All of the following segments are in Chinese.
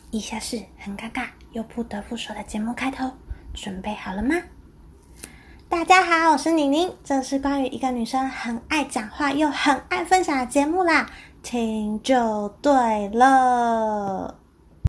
以下是很尴尬又不得不说的节目开头，准备好了吗？大家好，我是宁宁，这是关于一个女生很爱讲话又很爱分享的节目啦，听就对了。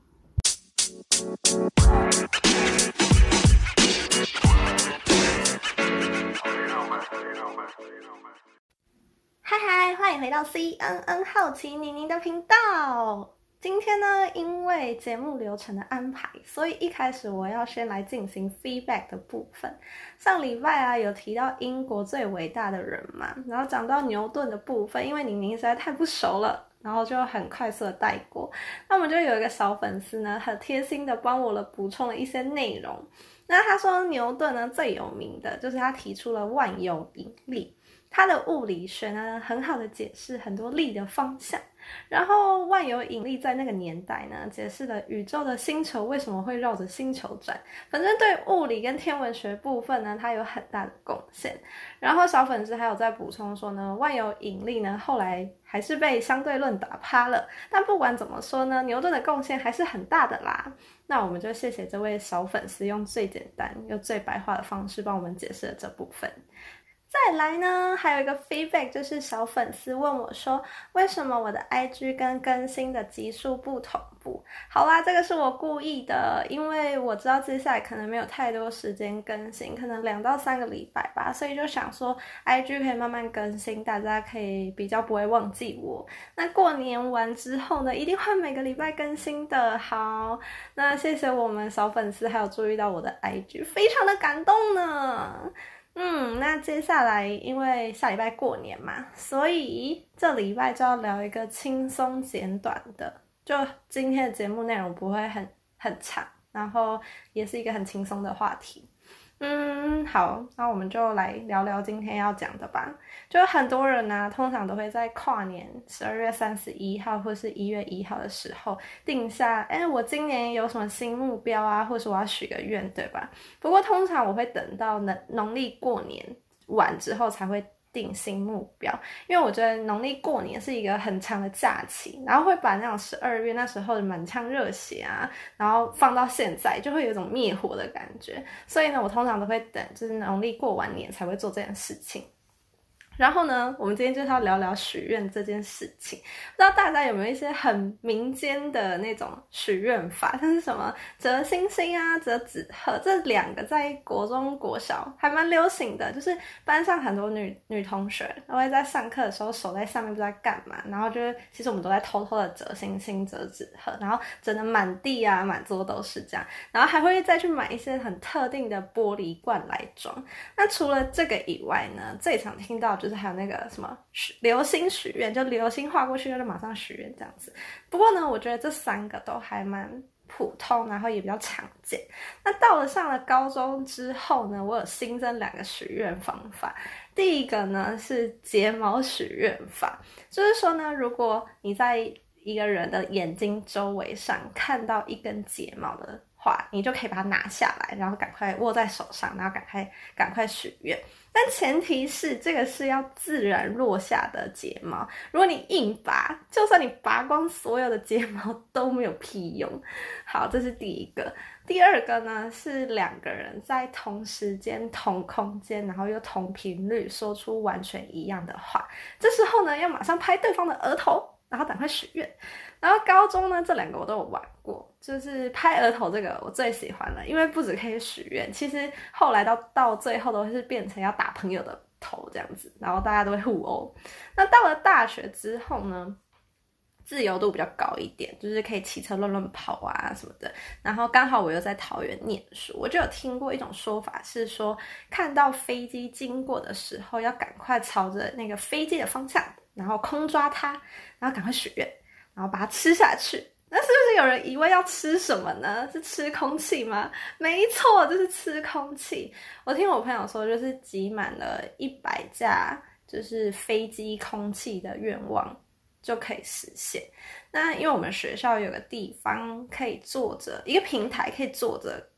嗨，欢迎回到 CNN 好奇宁宁的频道。今天呢，因为节目流程的安排，所以一开始我要先来进行 feedback 的部分。上礼拜啊，有提到英国最伟大的人嘛，然后讲到牛顿的部分，因为宁宁实在太不熟了，然后就很快速的带过。那我们就有一个小粉丝呢，很贴心的帮我补充了一些内容。那他说牛顿呢最有名的就是他提出了万有引力。它的物理学呢，很好的解释很多力的方向，然后万有引力在那个年代呢，解释了宇宙的星球为什么会绕着星球转。反正对物理跟天文学部分呢，它有很大的贡献。然后小粉丝还有在补充说呢，万有引力呢，后来还是被相对论打趴了。但不管怎么说呢，牛顿的贡献还是很大的啦。那我们就谢谢这位小粉丝用最简单又最白话的方式帮我们解释了这部分。再来呢，还有一个 feedback， 就是小粉丝问我说，为什么我的 IG 跟更新的集数不同步？好啦，这个是我故意的，因为我知道接下来可能没有太多时间更新，可能2到3个礼拜吧，所以就想说 IG 可以慢慢更新，大家可以比较不会忘记我。那过年完之后呢，一定会每个礼拜更新的。好，那谢谢我们小粉丝还有注意到我的 IG， 非常的感动呢。那接下来因为下礼拜过年嘛，所以这礼拜就要聊一个轻松简短的，就今天的节目内容不会很长，然后也是一个很轻松的话题。好，那我们就来聊聊今天要讲的吧。就很多人啊，通常都会在跨年12月31号或是1月1号的时候定下，我今年有什么新目标啊，或是我要许个愿，对吧？不过通常我会等到农历过年完之后才会定新目标，因为我觉得农历过年是一个很长的假期，然后会把那种12月那时候的满腔热血啊，然后放到现在，就会有一种灭火的感觉。所以呢，我通常都会等就是农历过完年才会做这件事情。然后呢，我们今天就是要聊聊许愿这件事情。不知道大家有没有一些很民间的那种许愿法，像是什么折星星啊、折纸鹤，这2个在国中国小还蛮流行的，就是班上很多女同学都会在上课的时候手在上面不知道干嘛，然后就是其实我们都在偷偷的折星星、折纸鹤，然后折得满地啊、满桌都是这样，然后还会再去买一些很特定的玻璃罐来装。那除了这个以外呢，最常听到就是还有那个什么流星许愿，就流星划过去就马上许愿这样子。不过呢，我觉得这3个都还蛮普通，然后也比较常见。那到了上了高中之后呢，我有新增2个许愿方法。第一个呢是睫毛许愿法，就是说呢，如果你在一个人的眼睛周围上看到一根睫毛的话，你就可以把它拿下来，然后赶快握在手上，然后赶快许愿。但前提是这个是要自然落下的睫毛，如果你硬拔，就算你拔光所有的睫毛都没有屁用。好，这是第一个。第二个呢是2个人在同时间、同空间，然后又同频率说出完全一样的话，这时候呢要马上拍对方的额头，然后赶快许愿。然后高中呢，这2个我都有玩过，就是拍额头这个我最喜欢了，因为不只可以许愿，其实后来到最后都是变成要打朋友的头这样子，然后大家都会互殴。那到了大学之后呢，自由度比较高一点，就是可以骑车乱跑啊什么的。然后刚好我又在桃园念书，我就有听过一种说法是说，看到飞机经过的时候，要赶快朝着那个飞机的方向，然后空抓它，然后赶快许愿，然后把它吃下去。那是不是有人以为要吃什么呢？是吃空气吗？没错，就是吃空气。我听我朋友说，就是集满了100架就是飞机空气的愿望就可以实现。那因为我们学校有个地方可以坐着，一个平台可以坐着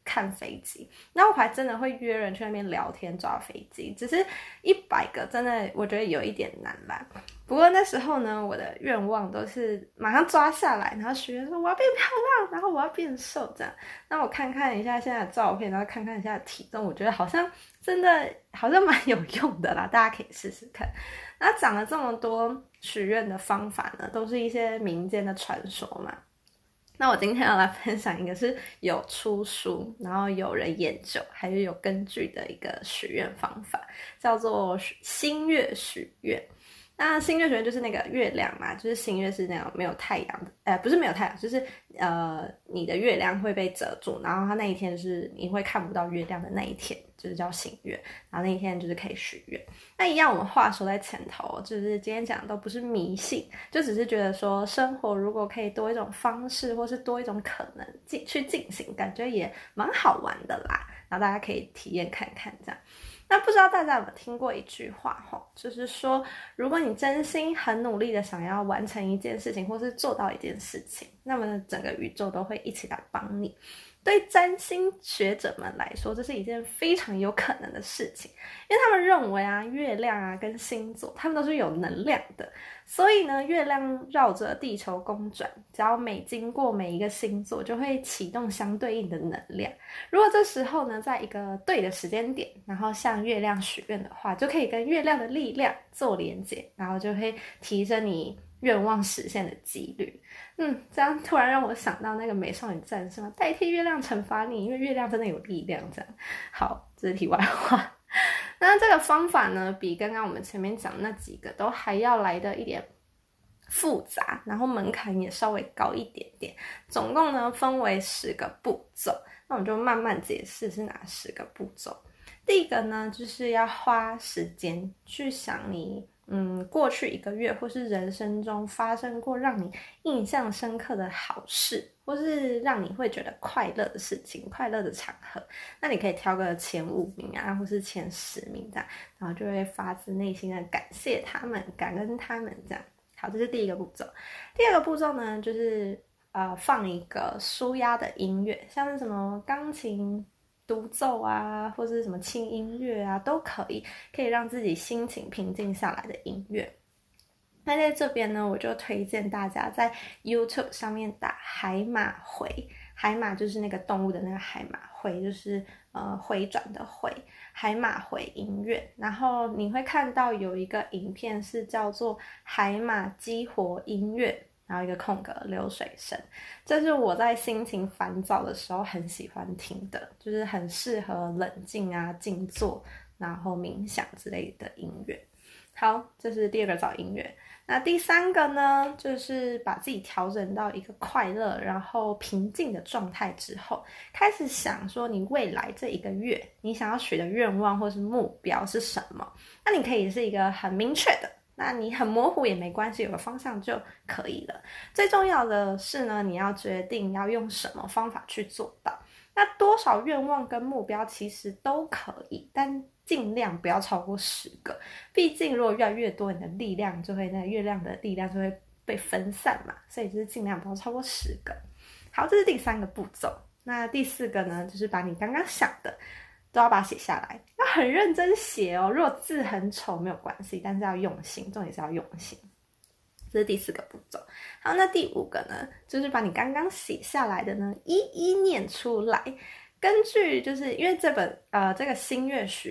看飞机。然后我还真的会约人去那边聊天抓飞机，只是100个真的我觉得有一点难啦。不过那时候呢，我的愿望都是马上抓下来，然后许愿说我要变漂亮，然后我要变瘦这样。那我看看一下现在的照片，然后看看一下体重，我觉得好像真的好像蛮有用的啦，大家可以试试看。那讲了这么多许愿的方法呢，都是一些民间的传说嘛。那我今天要来分享一个是有出书，然后有人研究，还有根据的一个许愿方法，叫做新月许愿。那新月许愿就是那个月亮嘛，就是新月是那种没有太阳的，不是没有太阳，就是你的月亮会被遮住，然后它那一天就是你会看不到月亮的那一天，就是叫新月，然后那一天就是可以许愿。那一样我们话说在前头，就是今天讲的都不是迷信，就只是觉得说生活如果可以多一种方式，或是多一种可能去进行，感觉也蛮好玩的啦，然后大家可以体验看看这样。那不知道大家有没有听过一句话就是说，如果你真心很努力的想要完成一件事情，或是做到一件事情，那么整个宇宙都会一起来帮你。对占星学者们来说，这是一件非常有可能的事情，因为他们认为啊，月亮啊跟星座，他们都是有能量的，所以呢，月亮绕着地球公转，只要每经过每一个星座，就会启动相对应的能量。如果这时候呢，在一个对的时间点，然后向月亮许愿的话，就可以跟月亮的力量做连结，然后就会提升你愿望实现的几率。这样突然让我想到那个美少女战士嘛，代替月亮惩罚你，因为月亮真的有力量这样。好，这是题外话。那这个方法呢，比刚刚我们前面讲的那几个都还要来的一点复杂，然后门槛也稍微高一点点。总共呢分为10个步骤，那我们就慢慢解释是哪10个步骤。第一个呢，就是要花时间去想你过去1个月或是人生中发生过让你印象深刻的好事，或是让你会觉得快乐的事情，快乐的场合。那你可以挑个前5名啊，或是前10名这样，然后就会发自内心的感谢他们，感恩他们这样。好，这是第一个步骤。第二个步骤呢，就是放一个抒压的音乐，像是什么钢琴独奏啊，或是什么轻音乐啊，都可以让自己心情平静下来的音乐。那在这边呢，我就推荐大家在 YouTube 上面打海马回，海马就是那个动物的那个海马，回就是回转的回，海马回音乐。然后你会看到有一个影片是叫做海马激活音乐，然后一个空格流水声，这是我在心情烦躁的时候很喜欢听的，就是很适合冷静啊、静坐，然后冥想之类的音乐。好，这是第2个找音乐。那第3个呢，就是把自己调整到一个快乐然后平静的状态之后，开始想说你未来这1个月你想要许的愿望或是目标是什么。那你可以是一个很明确的，那你很模糊也没关系，有个方向就可以了。最重要的是呢，你要决定要用什么方法去做到。那多少愿望跟目标其实都可以，但尽量不要超过10个。毕竟如果越来越多，你的力量就会，那个月亮的力量就会被分散嘛，所以就是尽量不要超过10个。好，这是第3个步骤。那第4个呢，就是把你刚刚想的都要把它写下来，要很认真写哦。如果字很丑没有关系，但是要用心，重点是要用心。这是第4个步骤。好，那第5个呢，就是把你刚刚写下来的呢一一念出来。根据就是因为这个新月许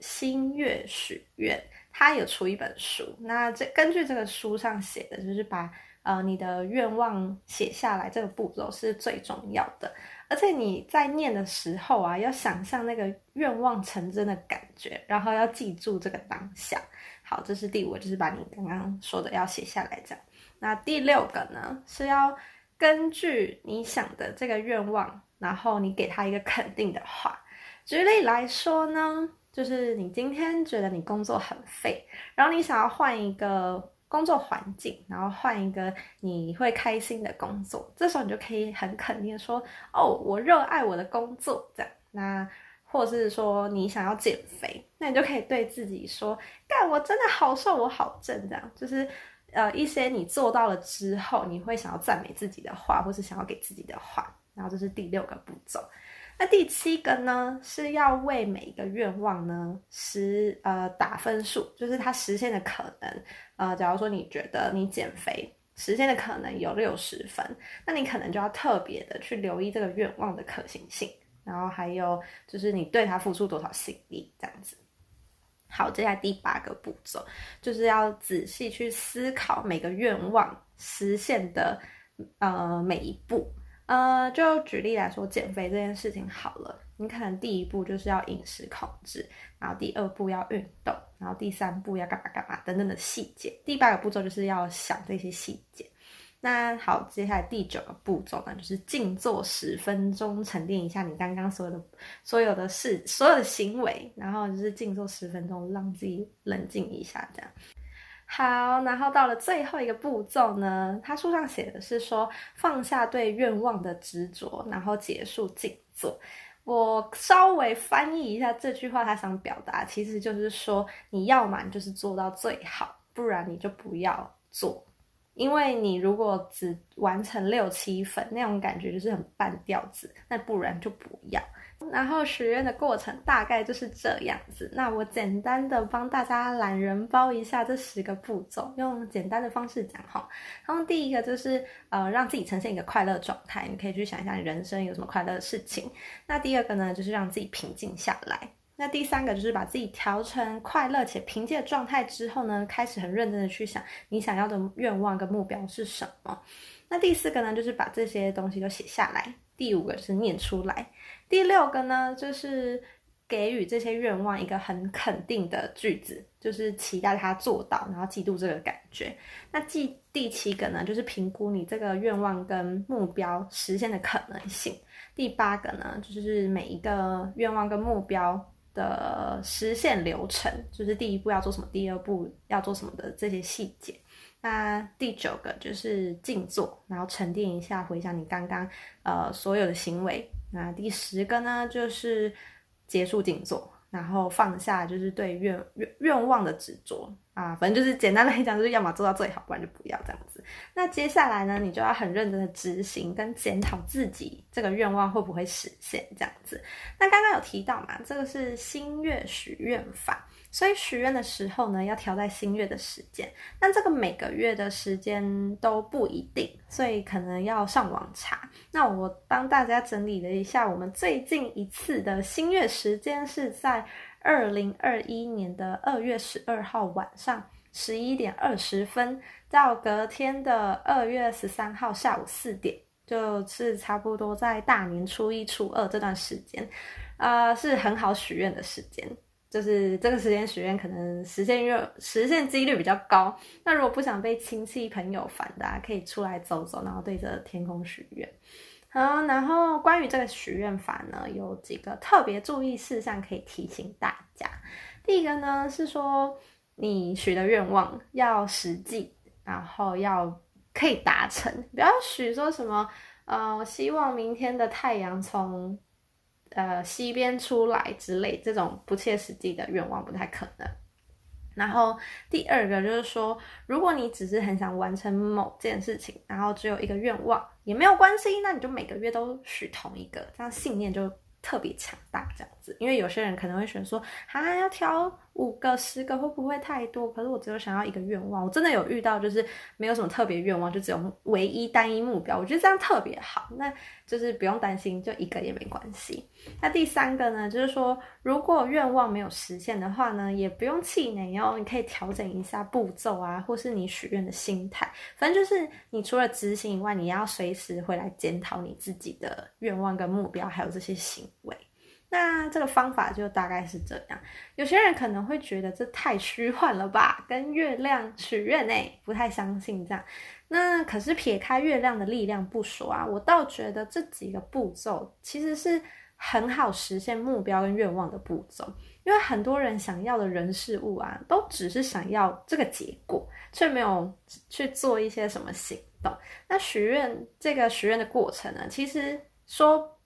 愿，它有出一本书。那根据这个书上写的，就是把你的愿望写下来，这个步骤是最重要的。而且你在念的时候啊，要想象那个愿望成真的感觉，然后要记住这个当下。好，这是第5个，就是把你刚刚说的要写下来这样。那第6个呢，是要根据你想的这个愿望，然后你给他一个肯定的话。举例来说呢，就是你今天觉得你工作很废，然后你想要换一个工作环境，然后换一个你会开心的工作，这时候你就可以很肯定的说，哦，我热爱我的工作这样。那或者是说你想要减肥，那你就可以对自己说，干，我真的好瘦，我好正这样。就是一些你做到了之后，你会想要赞美自己的话，或是想要给自己的话。然后这是第6个步骤。 那第7个呢，是要为每一个愿望呢打分数，就是它实现的可能。假如说你觉得你减肥实现的可能有60分，那你可能就要特别的去留意这个愿望的可行性，然后还有就是你对它付出多少心力这样子。好，接下来第8个步骤就是要仔细去思考每个愿望实现的每一步。就举例来说，减肥这件事情好了，你可能第1步就是要饮食控制，然后第2步要运动，然后第3步要干嘛干嘛等等的细节。第8个步骤就是要想这些细节。那好，接下来第9个步骤呢，就是静坐10分钟，沉淀一下你刚刚所有的行为，然后就是静坐10分钟，让自己冷静一下，这样。好，然后到了最后一个步骤呢，他书上写的是说放下对愿望的执着，然后结束静坐。我稍微翻译一下这句话，他想表达其实就是说，你要嘛就是做到最好，不然你就不要做。因为你如果只完成6、7分，那种感觉就是很半吊子，那不然就不要。然后许愿的过程大概就是这样子。那我简单的帮大家懒人包一下这10个步骤，用简单的方式讲齁。然后第1个就是让自己呈现一个快乐状态，你可以去想一下你人生有什么快乐的事情。那第2个呢，就是让自己平静下来。那第3个就是把自己调成快乐且平静的状态之后呢，开始很认真的去想你想要的愿望跟目标是什么。那第4个呢，就是把这些东西都写下来。第5个就是念出来。第6个呢，就是给予这些愿望一个很肯定的句子，就是期待它做到，然后嫉妒这个感觉。那第7个呢，就是评估你这个愿望跟目标实现的可能性。第8个呢，就是每一个愿望跟目标的实现流程，就是第1步要做什么，第2步要做什么的这些细节。那第9个就是静坐，然后沉淀一下，回想你刚刚所有的行为。那第10个呢，就是结束静坐，然后放下就是对愿望的执着啊，反正就是简单来讲，就是要么做到最好，不然就不要这样子。那接下来呢，你就要很认真的执行跟检讨自己这个愿望会不会实现这样子。那刚刚有提到嘛，这个是新月许愿法，所以许愿的时候呢，要调在新月的时间。但这个每个月的时间都不一定，所以可能要上网查。那我帮大家整理了一下，我们最近一次的新月时间是在2021年的2月12号晚上11点20分到隔天的2月13号下午4点，就是差不多在大年初1、初2这段时间，是很好许愿的时间。就是这个时间许愿可能实现几率比较高。那如果不想被亲戚朋友烦的可以出来走走，然后对着天空许愿。好，然后关于这个许愿法呢，有几个特别注意事项可以提醒大家。第一个呢是说，你许的愿望要实际，然后要可以达成，不要许说什么我希望明天的太阳从西边出来之类，这种不切实际的愿望不太可能。然后第2个就是说，如果你只是很想完成某件事情，然后只有一个愿望也没有关系，那你就每个月都许同一个，这样信念就特别强大这样子。因为有些人可能会选说要挑5个10个会不会太多，可是我只有想要一个愿望。我真的有遇到就是没有什么特别愿望，就只有唯一单一目标，我觉得这样特别好，那就是不用担心，就一个也没关系。那第3个呢，就是说如果愿望没有实现的话呢，也不用气馁哦，你可以调整一下步骤或是你许愿的心态。反正就是你除了执行以外，你要随时回来检讨你自己的愿望跟目标还有这些行为。那这个方法就大概是这样。有些人可能会觉得这太虚幻了吧，跟月亮许愿不太相信这样。那可是撇开月亮的力量不说我倒觉得这几个步骤其实是很好实现目标跟愿望的步骤。因为很多人想要的人事物都只是想要这个结果，却没有去做一些什么行动。那这个许愿的过程呢，其实说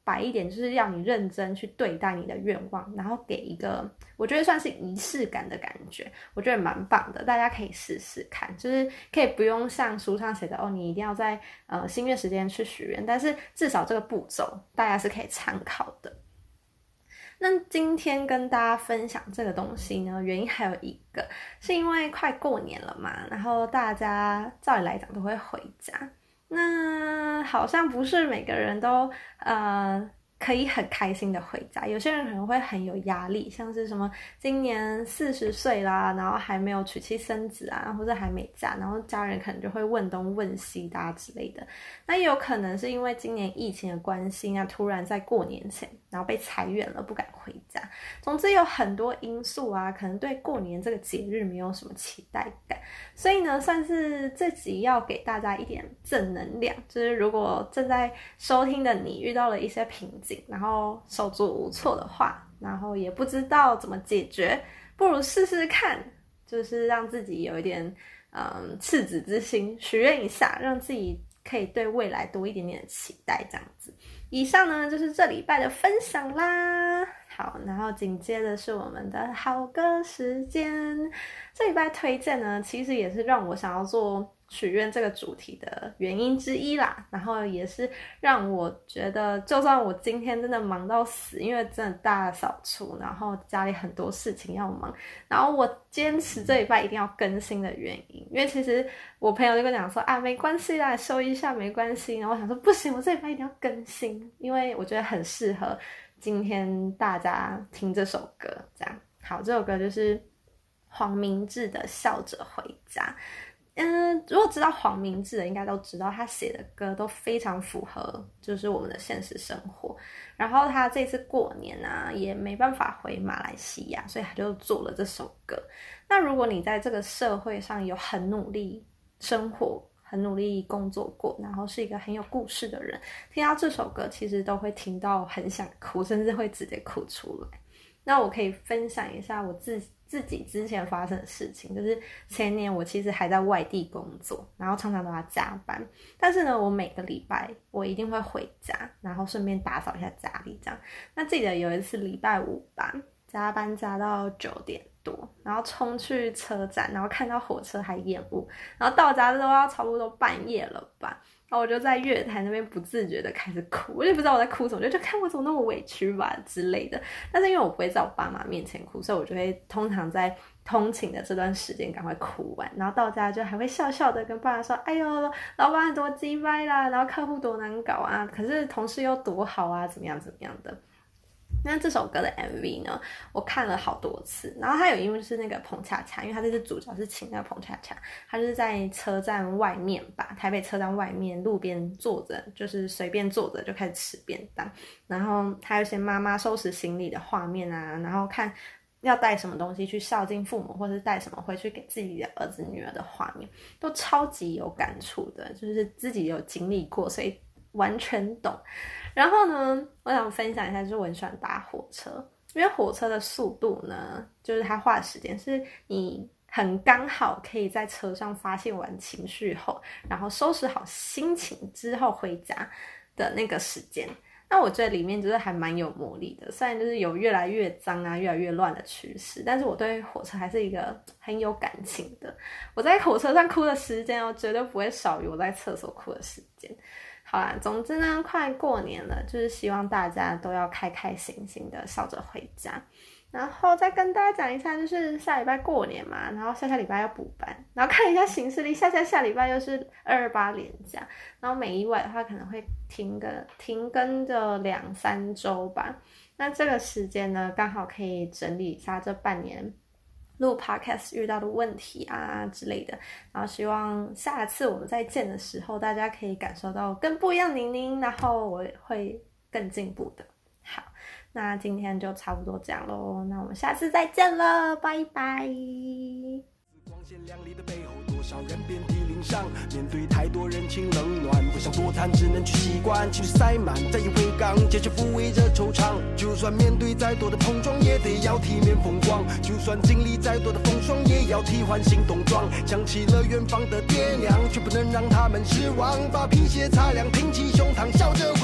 白一点，就是要你认真去对待你的愿望，然后给一个我觉得算是仪式感的感觉，我觉得蛮棒的，大家可以试试看，就是可以不用像书上写的你一定要在新月时间去许愿，但是至少这个步骤大家是可以参考的。那今天跟大家分享这个东西呢，原因还有一个是因为快过年了嘛，然后大家照理来讲都会回家，那好像不是每个人都可以很开心的回家，有些人可能会很有压力，像是什么今年40岁啦，然后还没有娶妻生子啊，或者还没嫁，然后家人可能就会问东问西的之类的。那也有可能是因为今年疫情的关系，那突然在过年前然后被裁员了，不敢回家。总之有很多因素啊，可能对过年这个节日没有什么期待感，所以呢算是这集要给大家一点正能量，就是如果正在收听的你遇到了一些瓶颈，然后手足无措的话，然后也不知道怎么解决，不如试试看，就是让自己有一点赤子之心，许愿一下，让自己可以对未来多一点点的期待，这样子。以上呢就是这礼拜的分享啦。好，然后紧接着是我们的好歌时间。这礼拜推荐呢，其实也是让我想要做许愿这个主题的原因之一啦，然后也是让我觉得就算我今天真的忙到死，因为真的大扫除，然后家里很多事情要忙，然后我坚持这礼拜一定要更新的原因，因为其实我朋友就跟我讲说没关系啦，休一下没关系，然后我想说不行，我这礼拜一定要更新，因为我觉得很适合今天大家听这首歌这样。好，这首歌就是黄明志的《笑着回家》。如果知道黄明志的应该都知道他写的歌都非常符合就是我们的现实生活，然后他这次过年啊也没办法回马来西亚，所以他就做了这首歌。那如果你在这个社会上有很努力生活，很努力工作过，然后是一个很有故事的人，听到这首歌其实都会听到很想哭，甚至会直接哭出来。那我可以分享一下我自己之前发生的事情，就是前年我其实还在外地工作，然后常常都要加班，但是呢我每个礼拜我一定会回家，然后顺便打扫一下家里这样。那记得有一次礼拜五吧，加班加到9点多，然后冲去车站，然后看到火车还延误，然后到家都要差不多半夜了吧，然后我就在月台那边不自觉的开始哭，我也不知道我在哭什么，就看我怎么那么委屈吧之类的。但是因为我不会在我爸妈面前哭，所以我就会通常在通勤的这段时间赶快哭完，然后到家就还会笑笑的跟爸妈说哎呦老板多鸡掰啦，然后客户多难搞啊，可是同事又多好啊，怎么样怎么样的。那这首歌的 MV 呢，我看了好多次，然后它有一幕是那个彭恰恰，因为他这次主角是请那个彭恰恰，他就是在车站外面吧，台北车站外面路边坐着，就是随便坐着就开始吃便当，然后还有一些妈妈收拾行李的画面啊，然后看要带什么东西去孝敬父母，或者是带什么回去给自己的儿子女儿的画面，都超级有感触的，就是自己有经历过，所以完全懂。然后呢，我想分享一下，就是我很喜欢搭火车，因为火车的速度呢，就是它花的时间是你很刚好可以在车上发泄完情绪后，然后收拾好心情之后回家的那个时间。那我觉得里面就是还蛮有魔力的，虽然就是有越来越脏啊越来越乱的趋势，但是我对火车还是一个很有感情的。我在火车上哭的时间绝对不会少于我在厕所哭的时间。好啦，总之呢快过年了，就是希望大家都要开开心心的笑着回家。然后再跟大家讲一下，就是下礼拜过年嘛，然后下礼拜要补班，然后看一下行事历，下礼拜又是228连假，然后每一晚的话可能会停更的2-3周吧。那这个时间呢，刚好可以整理一下这半年录 podcast 遇到的问题啊之类的，然后希望下次我们再见的时候，大家可以感受到更不一样宁宁，然后我会更进步的。好，那今天就差不多这样咯，那我们下次再见了，拜拜。 光鲜亮丽的背后，多少人遍体鳞伤，面对太多人情冷暖，不想多谈，只能去习惯，情绪塞满再也回港，结局抚慰着惆怅。就算面对再多的碰撞，也得要体面风光，就算经历再多的风霜，也要替换新冬装。想起了远方的爹娘，却不能让他们失望，把皮鞋擦亮，挺起胸膛，笑着